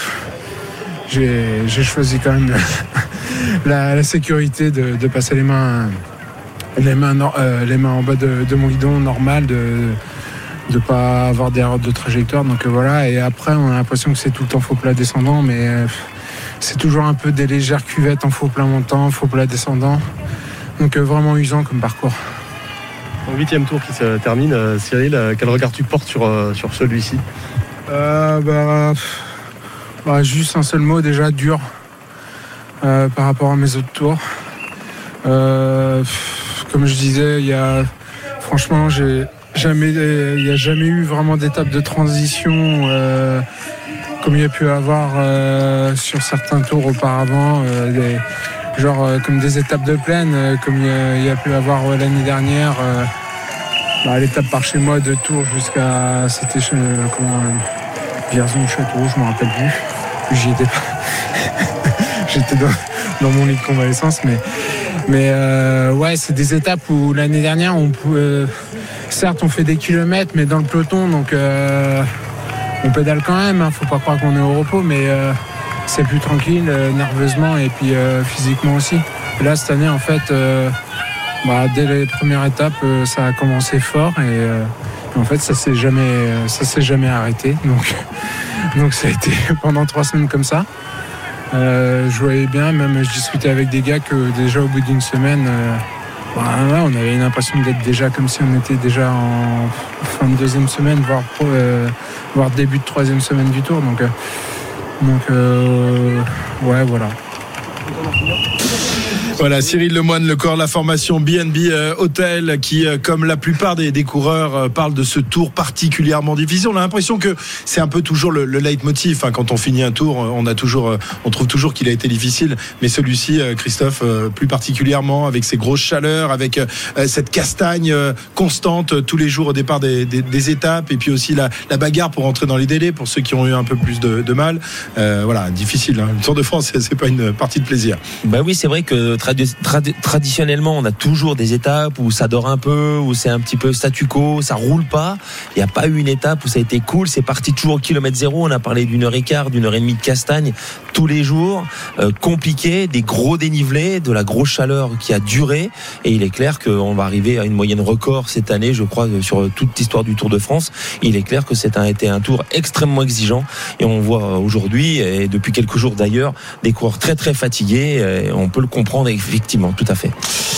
j'ai, j'ai choisi quand même la, la sécurité de, de passer les mains, les mains, euh, les mains en bas de, de mon guidon normal, de ne pas avoir d'erreur de trajectoire. Donc, euh, voilà. Et après, on a l'impression que c'est tout le temps faux plat descendant. Mais... Euh, c'est toujours un peu des légères cuvettes en faux plat montant, faux plat descendant. Donc euh, vraiment usant comme parcours. Au huitième tour qui se termine, euh, Cyril, euh, quel regard tu portes sur, euh, sur celui-ci? euh, bah, bah, Juste un seul mot, déjà dur euh, par rapport à mes autres tours. Euh, comme je disais, il y a franchement, j'ai jamais, il n'y a jamais eu vraiment d'étape de transition. Euh, comme il y a pu avoir euh, sur certains tours auparavant, euh, des, genre euh, comme des étapes de plaine, euh, comme il y, a, il y a pu avoir euh, l'année dernière, euh, bah, l'étape par chez moi de Tours jusqu'à, c'était euh, comment, Vierzon, Châteauroux, je ne me rappelle plus, j'y étais pas, j'étais dans, dans mon lit de convalescence, mais, mais euh, ouais, c'est des étapes où l'année dernière, on pouvait, euh, certes on fait des kilomètres, mais dans le peloton, donc... Euh, on pédale quand même, hein, faut pas croire qu'on est au repos, mais euh, c'est plus tranquille, euh, nerveusement et puis euh, physiquement aussi. Et là, cette année, en fait, euh, bah, dès les premières étapes, euh, ça a commencé fort et euh, en fait, ça s'est jamais, ça s'est jamais arrêté. Donc, donc ça a été pendant trois semaines comme ça. Euh, je voyais bien, même je discutais avec des gars que déjà au bout d'une semaine, euh, bah, là, on avait l'impression d'être déjà comme si on était déjà en fin de deuxième semaine, voire, euh, voire début de troisième semaine du tour. Donc, euh, donc euh, ouais, voilà. Voilà, Cyril Lemoine, le corps de la formation B and B euh, Hotel, qui, euh, comme la plupart des, des coureurs, euh, parle de ce tour particulièrement difficile. On a l'impression que c'est un peu toujours le, le leitmotiv. Hein, quand on finit un tour, on a toujours, euh, on trouve toujours qu'il a été difficile. Mais celui-ci, euh, Christophe, euh, plus particulièrement, avec ses grosses chaleurs, avec euh, cette castagne euh, constante euh, tous les jours au départ des, des, des étapes, et puis aussi la, la bagarre pour entrer dans les délais pour ceux qui ont eu un peu plus de, de mal. Euh, voilà, difficile. Hein. Le Tour de France, c'est, c'est pas une partie de plaisir. Bah oui, c'est vrai que très tradi- tradi- traditionnellement, on a toujours des étapes où ça dort un peu, où c'est un petit peu statu quo, ça roule pas. Il n'y a pas eu une étape où ça a été cool. C'est parti toujours au kilomètre zéro. On a parlé d'une heure et quart, d'une heure et demie de castagne tous les jours, euh, compliqué, des gros dénivelés, de la grosse chaleur qui a duré. Et il est clair qu'on va arriver à une moyenne record cette année, je crois, sur toute l'histoire du Tour de France. Il est clair que c'est un, été un tour extrêmement exigeant. Et on voit aujourd'hui, et depuis quelques jours d'ailleurs, des coureurs très très fatigués. Et on peut le comprendre effectivement, tout à fait.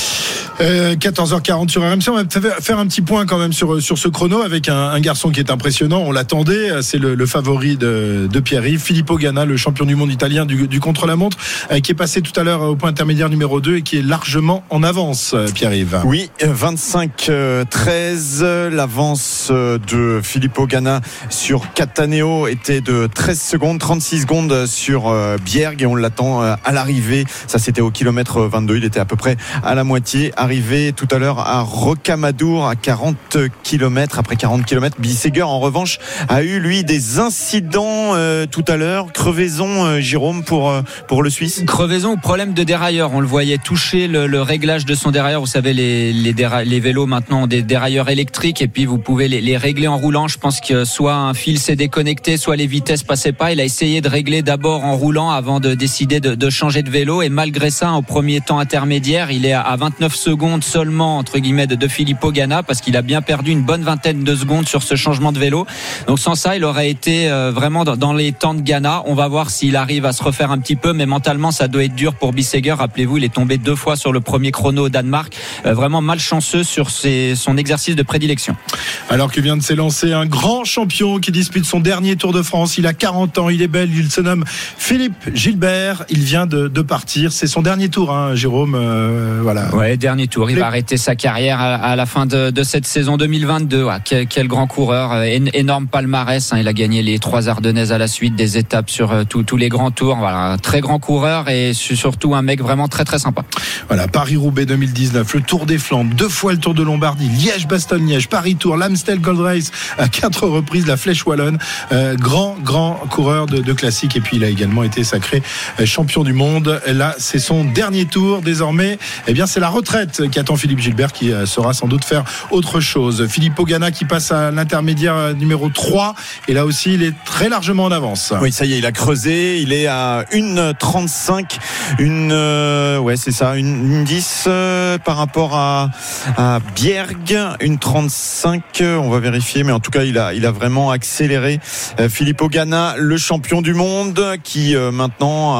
Euh, quatorze heures quarante sur R M C. On va faire un petit point quand même sur, sur ce chrono avec un, un garçon qui est impressionnant. On l'attendait. C'est le, le favori de, de Pierre-Yves, Filippo Ganna, le champion du monde italien du, du contre-la-montre, euh, qui est passé tout à l'heure au point intermédiaire numéro deux et qui est largement en avance, Pierre-Yves. Oui, vingt-cinq treize. L'avance de Filippo Ganna sur Cattaneo était de treize secondes, trente-six secondes sur Bjerg, et on l'attend à l'arrivée. Ça, c'était au kilomètre vingt-deux. Il était à peu près à la moitié. Arrivé tout à l'heure à Rocamadour à quarante kilomètres. Après quarante kilomètres, Bissegger en revanche a eu lui des incidents euh, tout à l'heure. Crevaison, euh, Jérôme, pour, euh, pour le Suisse. Crevaison ou problème de dérailleur. On le voyait toucher le, le réglage de son dérailleur. Vous savez, les, les, déra- les vélos maintenant ont des dérailleurs électriques et puis vous pouvez les, les régler en roulant. Je pense que soit un fil s'est déconnecté, soit les vitesses passaient pas. Il a essayé de régler d'abord en roulant avant de décider de, de changer de vélo, et malgré ça, au premier temps intermédiaire, il est à vingt-neuf secondes seulement entre guillemets de, de Filippo Ganna, parce qu'il a bien perdu une bonne vingtaine de secondes sur ce changement de vélo. Donc sans ça, il aurait été euh, vraiment dans, dans les temps de Ganna. On va voir s'il arrive à se refaire un petit peu, mais mentalement ça doit être dur pour Bissegger. Rappelez-vous, il est tombé deux fois sur le premier chrono au Danemark, euh, vraiment malchanceux sur ses, son exercice de prédilection. Alors que vient de s'élancer un grand champion qui dispute son dernier Tour de France. Il a quarante ans, il est belge, il se nomme Philippe Gilbert. Il vient de, de partir, c'est son dernier tour, hein, Jérôme. Euh, voilà. Ouais, dernier tour. Il Les... va arrêter sa carrière à, à la fin de, de cette saison deux mille vingt-deux. Ouais, quel, quel grand coureur, euh, énorme palmarès. Hein, il a gagné les trois Ardennaises à la suite, des étapes sur euh, tous les grands tours. Voilà, très grand coureur et surtout un mec vraiment très très sympa. Voilà, Paris-Roubaix deux mille dix-neuf, le Tour des Flandres, deux fois le Tour de Lombardie, Liège-Bastogne-Liège, Paris-Tour, l'Amstel Gold Race, à quatre reprises la Flèche Wallonne. Euh, grand grand coureur de, de classique, et puis il a également été sacré champion du monde. Là, c'est son dernier tour désormais. Eh bien, c'est la retraite qu'attend Philippe Gilbert, qui saura sans doute faire autre chose. Filippo Ganna qui passe à l'intermédiaire numéro trois, et là aussi il est très largement en avance. Oui, ça y est, il a creusé, il est à une trente-cinq, une euh, ouais, c'est ça, une, une dix euh, par rapport à à Bjerg, une trente-cinq, on va vérifier, mais en tout cas, il a il a vraiment accéléré. Euh, Filippo Ganna, le champion du monde, qui euh, maintenant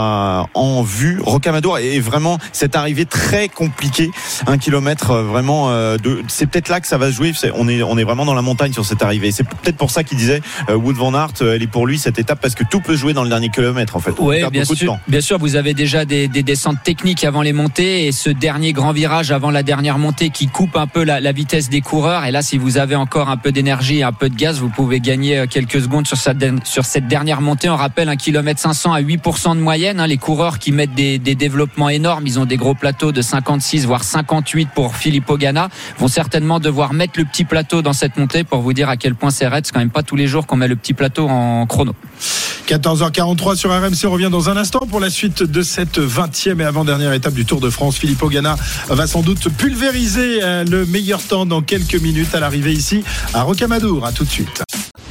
a en vue Rocamadour, et vraiment cette arrivée très compliquée, un kilomètre euh, vraiment euh, de, c'est peut-être là que ça va se jouer. C'est, on est on est vraiment dans la montagne sur cette arrivée. C'est peut-être pour ça qu'il disait euh, Wout van Aert, euh, elle est pour lui cette étape, parce que tout peut jouer dans le dernier kilomètre en fait. Oui, bien sûr. Bien sûr, vous avez déjà des, des descentes techniques avant les montées, et ce dernier grand virage avant la dernière montée qui coupe un peu la, la vitesse des coureurs. Et là, si vous avez encore un peu d'énergie et un peu de gaz, vous pouvez gagner quelques secondes sur cette, sur cette dernière montée. On rappelle un kilomètre cinq cents à huit pour cent de moyenne. Hein, les coureurs qui mettent des, des développements énormes, ils ont des gros plateaux de cinquante-six voire cinquante-huit pour Filippo Ganna, vont certainement devoir mettre le petit plateau dans cette montée pour vous dire à quel point c'est raide. C'est quand même pas tous les jours qu'on met le petit plateau en chrono. quatorze heures quarante-trois sur R M C. On revient dans un instant pour la suite de cette vingtième et avant-dernière étape du Tour de France. Filippo Ganna va sans doute pulvériser le meilleur temps dans quelques minutes à l'arrivée ici à Rocamadour. À tout de suite.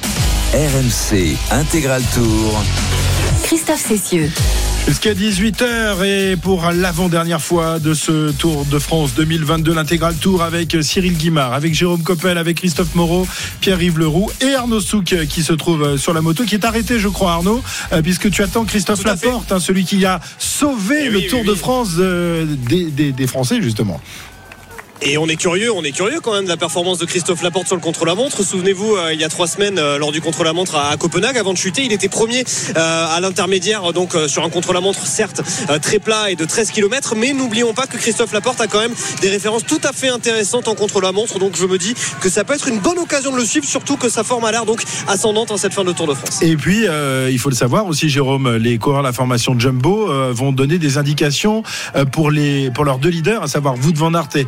R M C Intégral Tour. Christophe Cessieux. Jusqu'à dix-huit heures, et pour l'avant-dernière fois de ce Tour de France deux mille vingt-deux, l'intégral Tour avec Cyril Guimard, avec Jérôme Coppel, avec Christophe Moreau, Pierre-Yves Leroux et Arnaud Souk qui se trouve sur la moto, qui est arrêté, je crois, Arnaud, puisque tu attends Christophe Laporte, hein, celui qui a sauvé oui, le oui, Tour oui, de France euh, des, des, des Français, justement. Et on est curieux, on est curieux quand même de la performance de Christophe Laporte sur le contre-la-montre. Souvenez-vous, euh, il y a trois semaines, euh, lors du contre-la-montre à, à Copenhague, avant de chuter, il était premier euh, à l'intermédiaire, donc euh, sur un contre-la-montre certes euh, très plat et de treize kilomètres, mais n'oublions pas que Christophe Laporte a quand même des références tout à fait intéressantes en contre-la-montre, donc je me dis que ça peut être une bonne occasion de le suivre, surtout que sa forme a l'air donc ascendante en cette fin de Tour de France. Et puis, euh, il faut le savoir aussi, Jérôme, les coureurs de la formation Jumbo euh, vont donner des indications euh, pour, les, pour leurs deux leaders, à savoir Wout van Aert et, et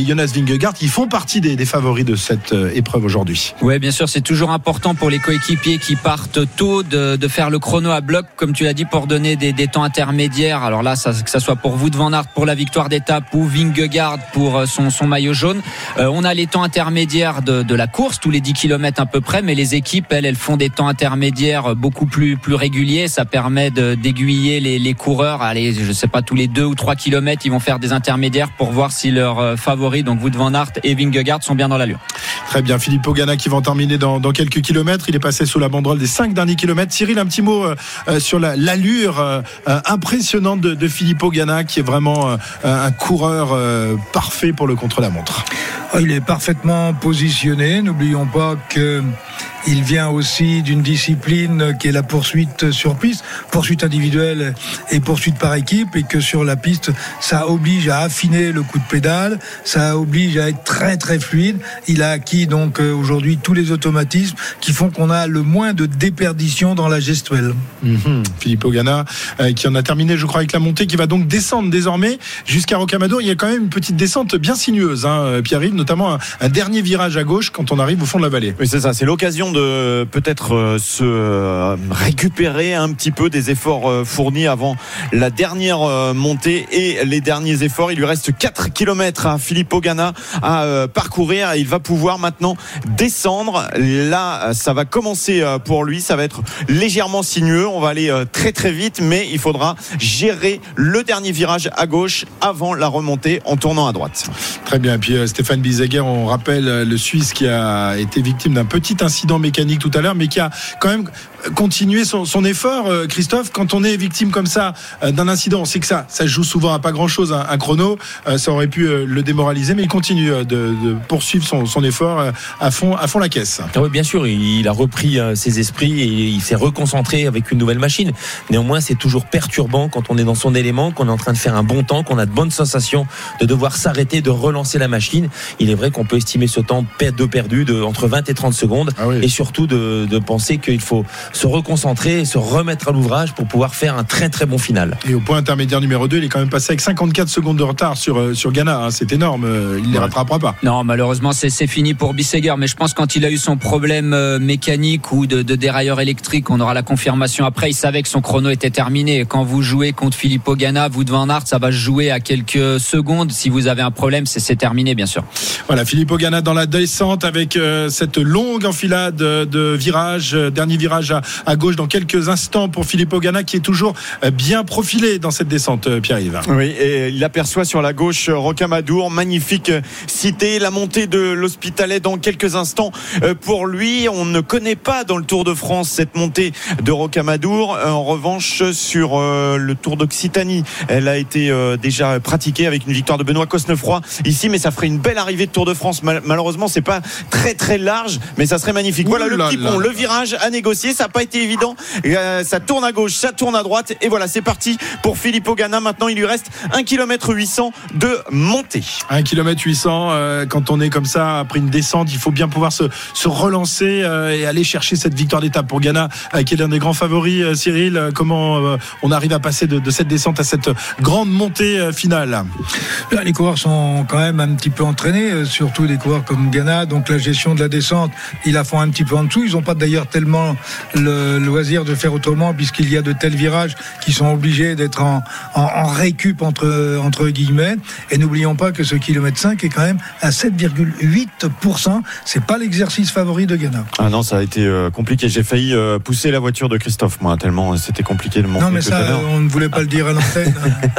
Jonas Vingegaard qui font partie des, des favoris de cette euh, épreuve aujourd'hui. Oui, bien sûr, c'est toujours important pour les coéquipiers qui partent tôt de, de faire le chrono à bloc, comme tu l'as dit, pour donner des, des temps intermédiaires. Alors là, ça, que ça soit pour Wout van Aert pour la victoire d'étape ou Vingegaard pour son, son maillot jaune. Euh, on a les temps intermédiaires de, de la course, tous les dix kilomètres à peu près, mais les équipes, elles, elles font des temps intermédiaires beaucoup plus, plus réguliers. Ça permet de, d'aiguiller les, les coureurs. Allez, je sais pas, tous les deux ou trois kilomètres, ils vont faire des intermédiaires pour voir si leurs favoris, donc Wout van Aert et Vingegaard, sont bien dans l'allure. Très bien, Filippo Ganna qui va en terminer dans, dans quelques kilomètres. Il est passé sous la banderole des cinq derniers kilomètres. Cyril, un petit mot euh, sur la, l'allure euh, impressionnante de, de Filippo Ganna, qui est vraiment euh, un coureur euh, parfait pour le contre-la-montre. Il est parfaitement positionné. N'oublions pas que il vient aussi d'une discipline qui est la poursuite sur piste, poursuite individuelle et poursuite par équipe, et que sur la piste, ça oblige à affiner le coup de pédale, ça oblige à être très très fluide. Il a acquis donc aujourd'hui tous les automatismes qui font qu'on a le moins de déperdition dans la gestuelle. Mmh. Filippo Ganna euh, qui en a terminé, je crois, avec la montée, qui va donc descendre désormais jusqu'à Rocamadour. Il y a quand même une petite descente bien sinueuse, hein, Pierre-Yves, notamment un, un dernier virage à gauche quand on arrive au fond de la vallée. Oui, c'est ça, c'est l'occasion de peut-être euh, se euh, récupérer un petit peu des efforts euh, fournis avant la dernière euh, montée et les derniers efforts. Il lui reste quatre kilomètres à Filippo Ganna à euh, parcourir. Il va pouvoir maintenant descendre. Là, ça va commencer euh, pour lui. Ça va être légèrement sinueux. On va aller euh, très très vite, mais il faudra gérer le dernier virage à gauche avant la remontée en tournant à droite. Très bien. Et puis euh, Stéphane Biseguer, on rappelle euh, le Suisse qui a été victime d'un petit incident mécanique tout à l'heure, mais qui a quand même continué son, son effort. euh, Christophe, quand on est victime comme ça euh, d'un incident, on sait que ça, ça se joue souvent à pas grand chose, un, un chrono, euh, ça aurait pu euh, le démoraliser, mais il continue euh, de, de poursuivre son, son effort euh, à fond, à fond la caisse. Ah oui, bien sûr, il a repris euh, ses esprits et il s'est reconcentré avec une nouvelle machine. Néanmoins, c'est toujours perturbant quand on est dans son élément, qu'on est en train de faire un bon temps, qu'on a de bonnes sensations, de devoir s'arrêter, de relancer la machine. Il est vrai qu'on peut estimer ce temps de perdu de entre vingt et trente secondes, ah oui. Et surtout de, de penser qu'il faut se reconcentrer et se remettre à l'ouvrage pour pouvoir faire un très très bon final. Et au point intermédiaire numéro deux, il est quand même passé avec cinquante-quatre secondes de retard sur, sur Ganna, hein. C'est énorme, il ne les rattrapera pas. Non, malheureusement c'est, c'est fini pour Biseguer, mais je pense quand il a eu son problème mécanique ou de, de dérailleur électrique, on aura la confirmation après. Il savait que son chrono était terminé. Quand vous jouez contre Filippo Ganna, Wout van Aert, ça va se jouer à quelques secondes. Si vous avez un problème, c'est, c'est terminé bien sûr. Voilà, Filippo Ganna dans la descente avec euh, cette longue enfilade de, de virages, euh, dernier virage à, à gauche dans quelques instants pour Filippo Ganna, qui est toujours euh, bien profilé dans cette descente, euh, Pierre-Yves. Oui, et il aperçoit sur la gauche Rocamadour, magnifique cité, la montée de l'Hospitalet dans quelques instants. Euh, pour lui, on ne connaît pas dans le Tour de France cette montée de Rocamadour. Euh, en revanche, sur euh, le Tour d'Occitanie, elle a été euh, déjà pratiquée avec une victoire de Benoît Cosnefroy ici, mais ça ferait une belle arrivée de Tour de France. Mal- malheureusement, c'est pas très très large, mais ça serait magnifique. Ouh voilà le petit pont, le virage à négocier, ça n'a pas été évident. Et, euh, ça tourne à gauche, ça tourne à droite, et voilà, c'est parti pour Filippo Ganna. Maintenant, il lui reste un kilomètre huit cents de montée. un kilomètre huit cents, euh, quand on est comme ça après une descente, il faut bien pouvoir se, se relancer euh, et aller chercher cette victoire d'étape pour Ganna, euh, qui est l'un des grands favoris. euh, Cyril, euh, comment euh, on arrive à passer de, de cette descente à cette grande montée euh, finale? Là, les coureurs sont quand même un petit peu entraînés, euh, surtout des coureurs comme Ganna, donc la gestion de la descente, ils la font un petit peu en dessous. Ils n'ont pas d'ailleurs tellement le loisir de faire autrement, puisqu'il y a de tels virages qui sont obligés d'être en, en, en récup entre, entre guillemets. Et n'oublions pas que ce kilomètre cinq est quand même à sept virgule huit pour cent. C'est pas l'exercice favori de Ganna. Ah non, ça a été euh, compliqué. J'ai failli euh, pousser la voiture de Christophe, moi, tellement c'était compliqué de monter. Non, mais ça, on ne voulait pas le dire à l'antenne.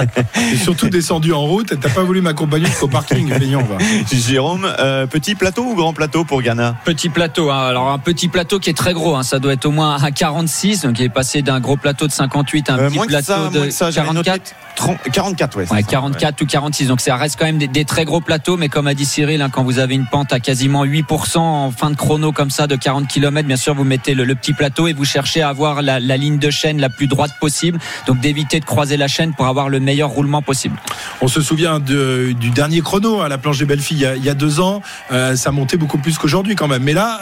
Et surtout descendu en route, t'as pas voulu m'accompagner jusqu'au parking, Feignant, va. Jérôme, euh, petit plateau ou grand plateau pour Ganna? Petit plateau, hein. Alors un petit plateau qui est très gros, hein. Ça doit être au moins à quarante-six, donc il est passé d'un gros plateau de cinquante-huit à un euh, petit plateau ça, de ça, quarante-quatre. trente, quarante-quatre, ouais. ouais quarante-quatre ça, ouais. Ou quarante-six, donc ça reste quand même des, des très gros plateaux, mais comme a dit Cyril, hein, quand vous avez une pente à quasiment huit pour cent en fin de chrono comme ça de quarante kilomètres, bien sûr vous mettez le, le petit plateau et vous cherchez à avoir la, la ligne de chaîne la plus droite possible, donc d'éviter de croiser la chaîne pour avoir le meilleur roulement possible. On se souvient de, du dernier chrono à la planche des Belles Filles il y a, il y a deux ans, euh, ça montait beaucoup plus qu'aujourd'hui quand même, mais là euh, c'est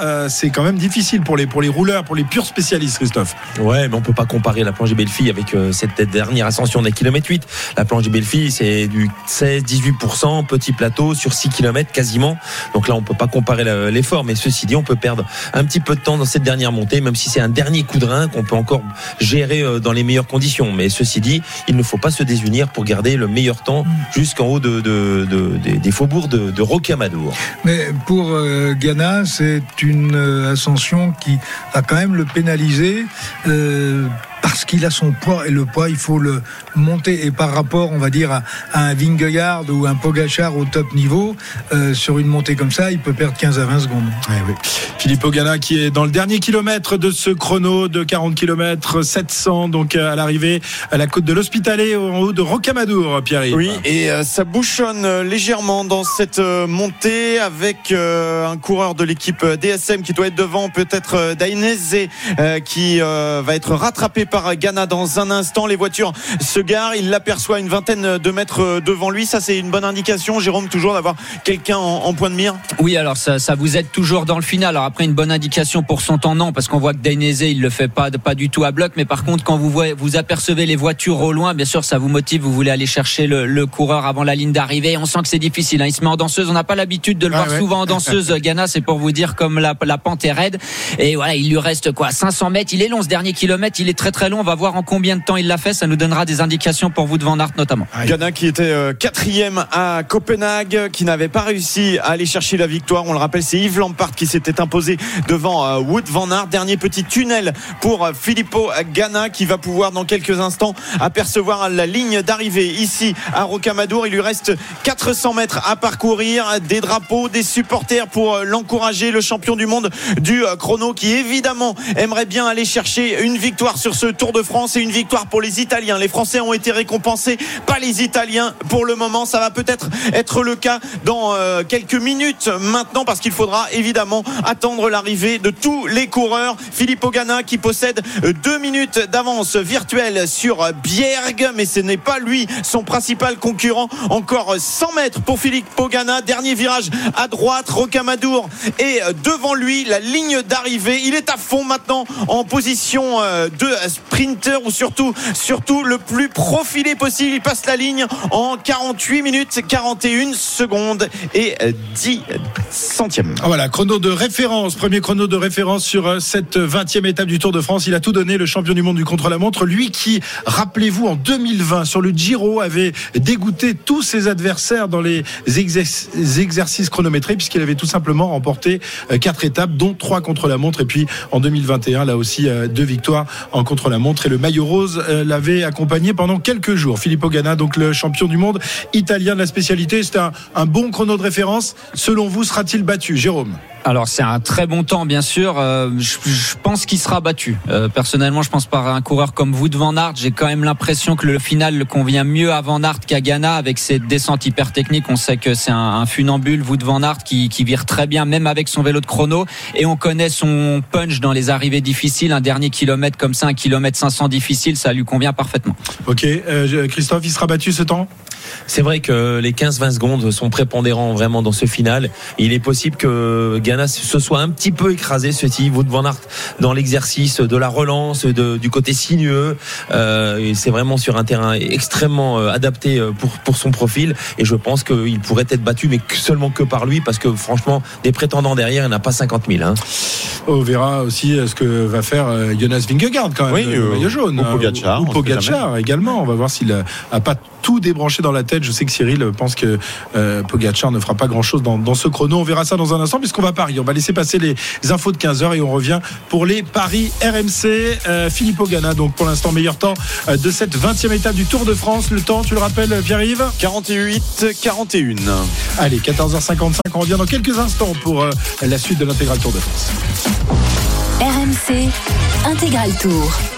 c'est quand même difficile pour les, pour les rouleurs, pour les purs spécialistes, Christophe. Ouais, mais on peut pas comparer la planche des Belles-Filles avec euh, cette dernière ascension des kilomètres huit. La planche des Belles-Filles, c'est du seize à dix-huit pour cent, petit plateau sur six kilomètres quasiment. Donc là, on peut pas comparer la, l'effort, mais ceci dit, on peut perdre un petit peu de temps dans cette dernière montée, même si c'est un dernier coup de rein qu'on peut encore gérer euh, dans les meilleures conditions. Mais ceci dit, il ne faut pas se désunir pour garder le meilleur temps jusqu'en haut de, de, de, de des faubourgs de, de Rocamadour. Mais pour euh, Ganna, c'est une euh, ascension qui va quand même le pénaliser. Euh, parce qu'il a son poids, et le poids il faut le monter, et par rapport on va dire à, à un Vingegaard ou un Pogačar au top niveau, euh, sur une montée comme ça il peut perdre quinze à vingt secondes. Ouais, oui. Philippe Ganna qui est dans le dernier kilomètre de ce chrono de quarante kilomètres sept cents, donc à l'arrivée à la côte de l'Hospitalet en haut de Rocamadour, Pierre-Yves. Oui, et euh, ça bouchonne légèrement dans cette euh, montée avec euh, un coureur de l'équipe D S M qui doit être devant, peut-être euh, Dainese euh, qui euh, va être rattrapé par Ganna dans un instant. Les voitures se garent, il l'aperçoit une vingtaine de mètres devant lui. Ça, c'est une bonne indication, Jérôme, toujours d'avoir quelqu'un en, en point de mire. Oui, alors ça, ça vous aide toujours dans le final. Alors après, une bonne indication pour son temps, non, parce qu'on voit que Dainese, il le fait pas, pas du tout à bloc. Mais par contre, quand vous voyez, vous apercevez les voitures au loin, bien sûr, ça vous motive. Vous voulez aller chercher le, le coureur avant la ligne d'arrivée. On sent que c'est difficile. Hein. Il se met en danseuse. On n'a pas l'habitude de le ah voir ouais. souvent en danseuse. Ganna, c'est pour vous dire comme la, la pente est raide. Et voilà, il lui reste quoi, cinq cents mètres. Il est long ce dernier kilomètre. Il est très très long. On va voir en combien de temps il l'a fait. Ça nous donnera des indications pour vous de Van Aert notamment. Ganna qui était euh, quatrième à Copenhague, qui n'avait pas réussi à aller chercher la victoire. On le rappelle, c'est Yves Lampaert qui s'était imposé devant euh, Wout van Aert. Dernier petit tunnel pour euh, Filippo Ganna qui va pouvoir dans quelques instants apercevoir la ligne d'arrivée ici à Rocamadour. Il lui reste quatre cents mètres à parcourir. Des drapeaux, des supporters pour euh, l'encourager. Le champion du monde du euh, chrono qui évidemment aimerait bien aller chercher une victoire sur ce Tour de France et une victoire pour les Italiens. Les Français ont été récompensés, pas les Italiens pour le moment. Ça va peut-être être le cas dans euh, quelques minutes maintenant, parce qu'il faudra évidemment attendre l'arrivée de tous les coureurs. Filippo Ganna qui possède deux minutes d'avance virtuelle sur Bjerg, mais ce n'est pas lui son principal concurrent. Encore cent mètres pour Filippo Ganna. Dernier virage à droite, Rocamadour est devant lui, la ligne d'arrivée. Il est à fond maintenant en position de sprinter, ou surtout, surtout le plus profilé possible. Il passe la ligne en quarante-huit minutes quarante et une secondes et dix centièmes. Voilà, chrono de référence, premier chrono de référence sur cette vingtième étape du Tour de France. Il a tout donné, le champion du monde du contre-la-montre, lui qui, rappelez-vous, en deux mille vingt sur le Giro avait dégoûté tous ses adversaires dans les exerc- exercices chronométrés, puisqu'il avait tout simplement remporté quatre étapes, dont trois contre-la-montre. Et puis en deux mille vingt et un, là aussi deux victoires en contre-la-montre, et le maillot rose l'avait accompagné pendant quelques jours. Filippo Ganna, donc le champion du monde italien de la spécialité. C'était un, un bon chrono de référence. Selon vous, sera-t-il battu, Jérôme? Alors c'est un très bon temps, bien sûr. Euh, je, je pense qu'il sera battu. Euh, personnellement, je pense par un coureur comme Wout van Aert. J'ai quand même l'impression que le final convient mieux à Van Aert qu'à Ganna, avec ses descentes hyper techniques. On sait que c'est un, un funambule, Wout van Aert, qui, qui vire très bien, même avec son vélo de chrono. Et on connaît son punch dans les arrivées difficiles. Un dernier kilomètre comme ça, un kilomètre cinq cents difficile, ça lui convient parfaitement. Ok, euh, Christophe, il sera battu ce temps? C'est vrai que les quinze vingt secondes sont prépondérants vraiment dans ce final. Il est possible que Ganna se soit un petit peu écrasé, ceci, Wout van Aert, dans l'exercice de la relance, de, du côté sinueux. Euh, c'est vraiment sur un terrain extrêmement adapté pour, pour son profil. Et je pense qu'il pourrait être battu, mais seulement que par lui, parce que franchement, des prétendants derrière, il n'y en a pas cinquante mille. Hein. On verra aussi ce que va faire Jonas Vingegaard, quand même, oui, le maillot jaune. Ou Pogačar. Ou Pogačar également. On va voir s'il a pas tout débranché dans la tête. Je sais que Cyril pense que euh, Pogačar ne fera pas grand chose dans, dans ce chrono. On verra ça dans un instant, puisqu'on va à Paris. On va laisser passer les infos de quinze heures et on revient pour les paris R M C. euh, Filippo Ganna, donc pour l'instant meilleur temps euh, de cette vingtième étape du Tour de France. Le temps, tu le rappelles, Pierre-Yves? quarante-huit quarante et un. Allez, quatorze heures cinquante-cinq, on revient dans quelques instants pour euh, la suite de l'intégral Tour de France. R M C Intégral Tour.